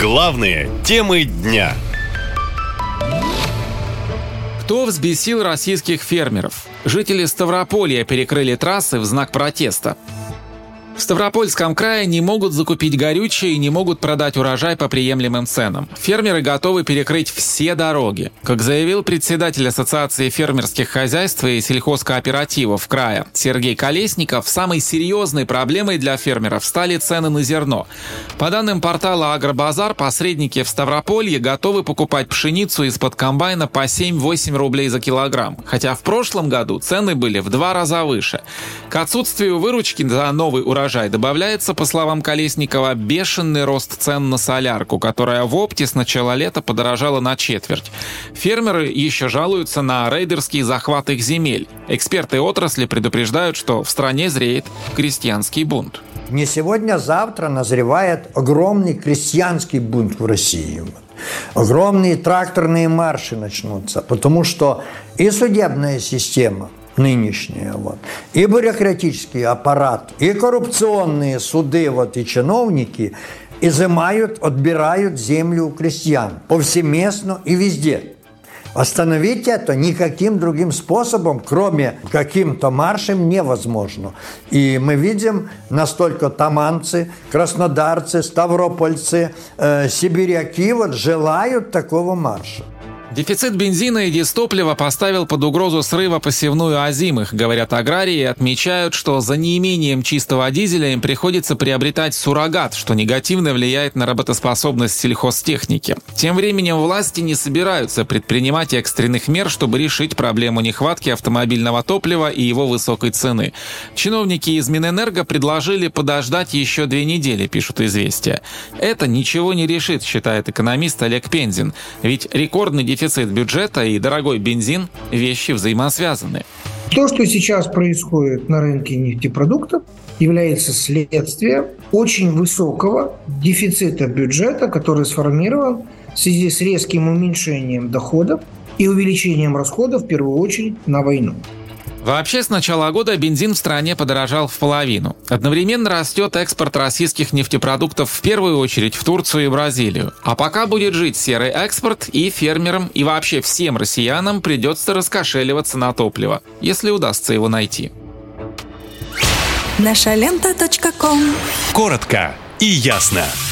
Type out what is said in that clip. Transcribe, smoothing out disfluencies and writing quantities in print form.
Главные темы дня. Кто взбесил российских фермеров? Жители Ставрополья перекрыли трассы в знак протеста. В Ставропольском крае не могут закупить горючее и не могут продать урожай по приемлемым ценам. Фермеры готовы перекрыть все дороги. Как заявил председатель Ассоциации фермерских хозяйств и сельхозкооперативов края Сергей Колесников, самой серьезной проблемой для фермеров стали цены на зерно. По данным портала «Агробазар», посредники в Ставрополье готовы покупать пшеницу из-под комбайна по 7-8 рублей за килограмм, хотя в прошлом году цены были в 2 раза выше. К отсутствию выручки за новый урожай добавляется, по словам Колесникова, бешеный рост цен на солярку, которая в опте с начала лета подорожала на четверть. Фермеры еще жалуются на рейдерский захват их земель. Эксперты отрасли предупреждают, что в стране зреет крестьянский бунт. Не сегодня, а завтра назревает огромный крестьянский бунт в России. Огромные тракторные марши начнутся, потому что и судебная система нынешняя, и бюрократический аппарат, и коррупционные суды, и чиновники изымают, отбирают землю у крестьян повсеместно и везде. Остановить это никаким другим способом, кроме каким-то маршем, невозможно. И мы видим, настолько таманцы, краснодарцы, ставропольцы, сибиряки желают такого марша. Дефицит бензина и дизтоплива поставил под угрозу срыва посевную озимых, говорят аграрии, и отмечают, что за неимением чистого дизеля им приходится приобретать суррогат, что негативно влияет на работоспособность сельхозтехники. Тем временем власти не собираются предпринимать экстренных мер, чтобы решить проблему нехватки автомобильного топлива и его высокой цены. Чиновники из Минэнерго предложили подождать еще 2 недели, пишут «Известия». Это ничего не решит, считает экономист Олег Пензин, ведь рекордный дефицит бюджета и дорогой бензин – вещи взаимосвязаны. То, что сейчас происходит на рынке нефтепродуктов, является следствием очень высокого дефицита бюджета, который сформирован в связи с резким уменьшением доходов и увеличением расходов, в первую очередь, на войну. Вообще, с начала года бензин в стране подорожал в половину. Одновременно растет экспорт российских нефтепродуктов в первую очередь в Турцию и Бразилию. А пока будет жить серый экспорт, и фермерам, и вообще всем россиянам придется раскошеливаться на топливо, если удастся его найти. Нашалента.ком. Коротко и ясно.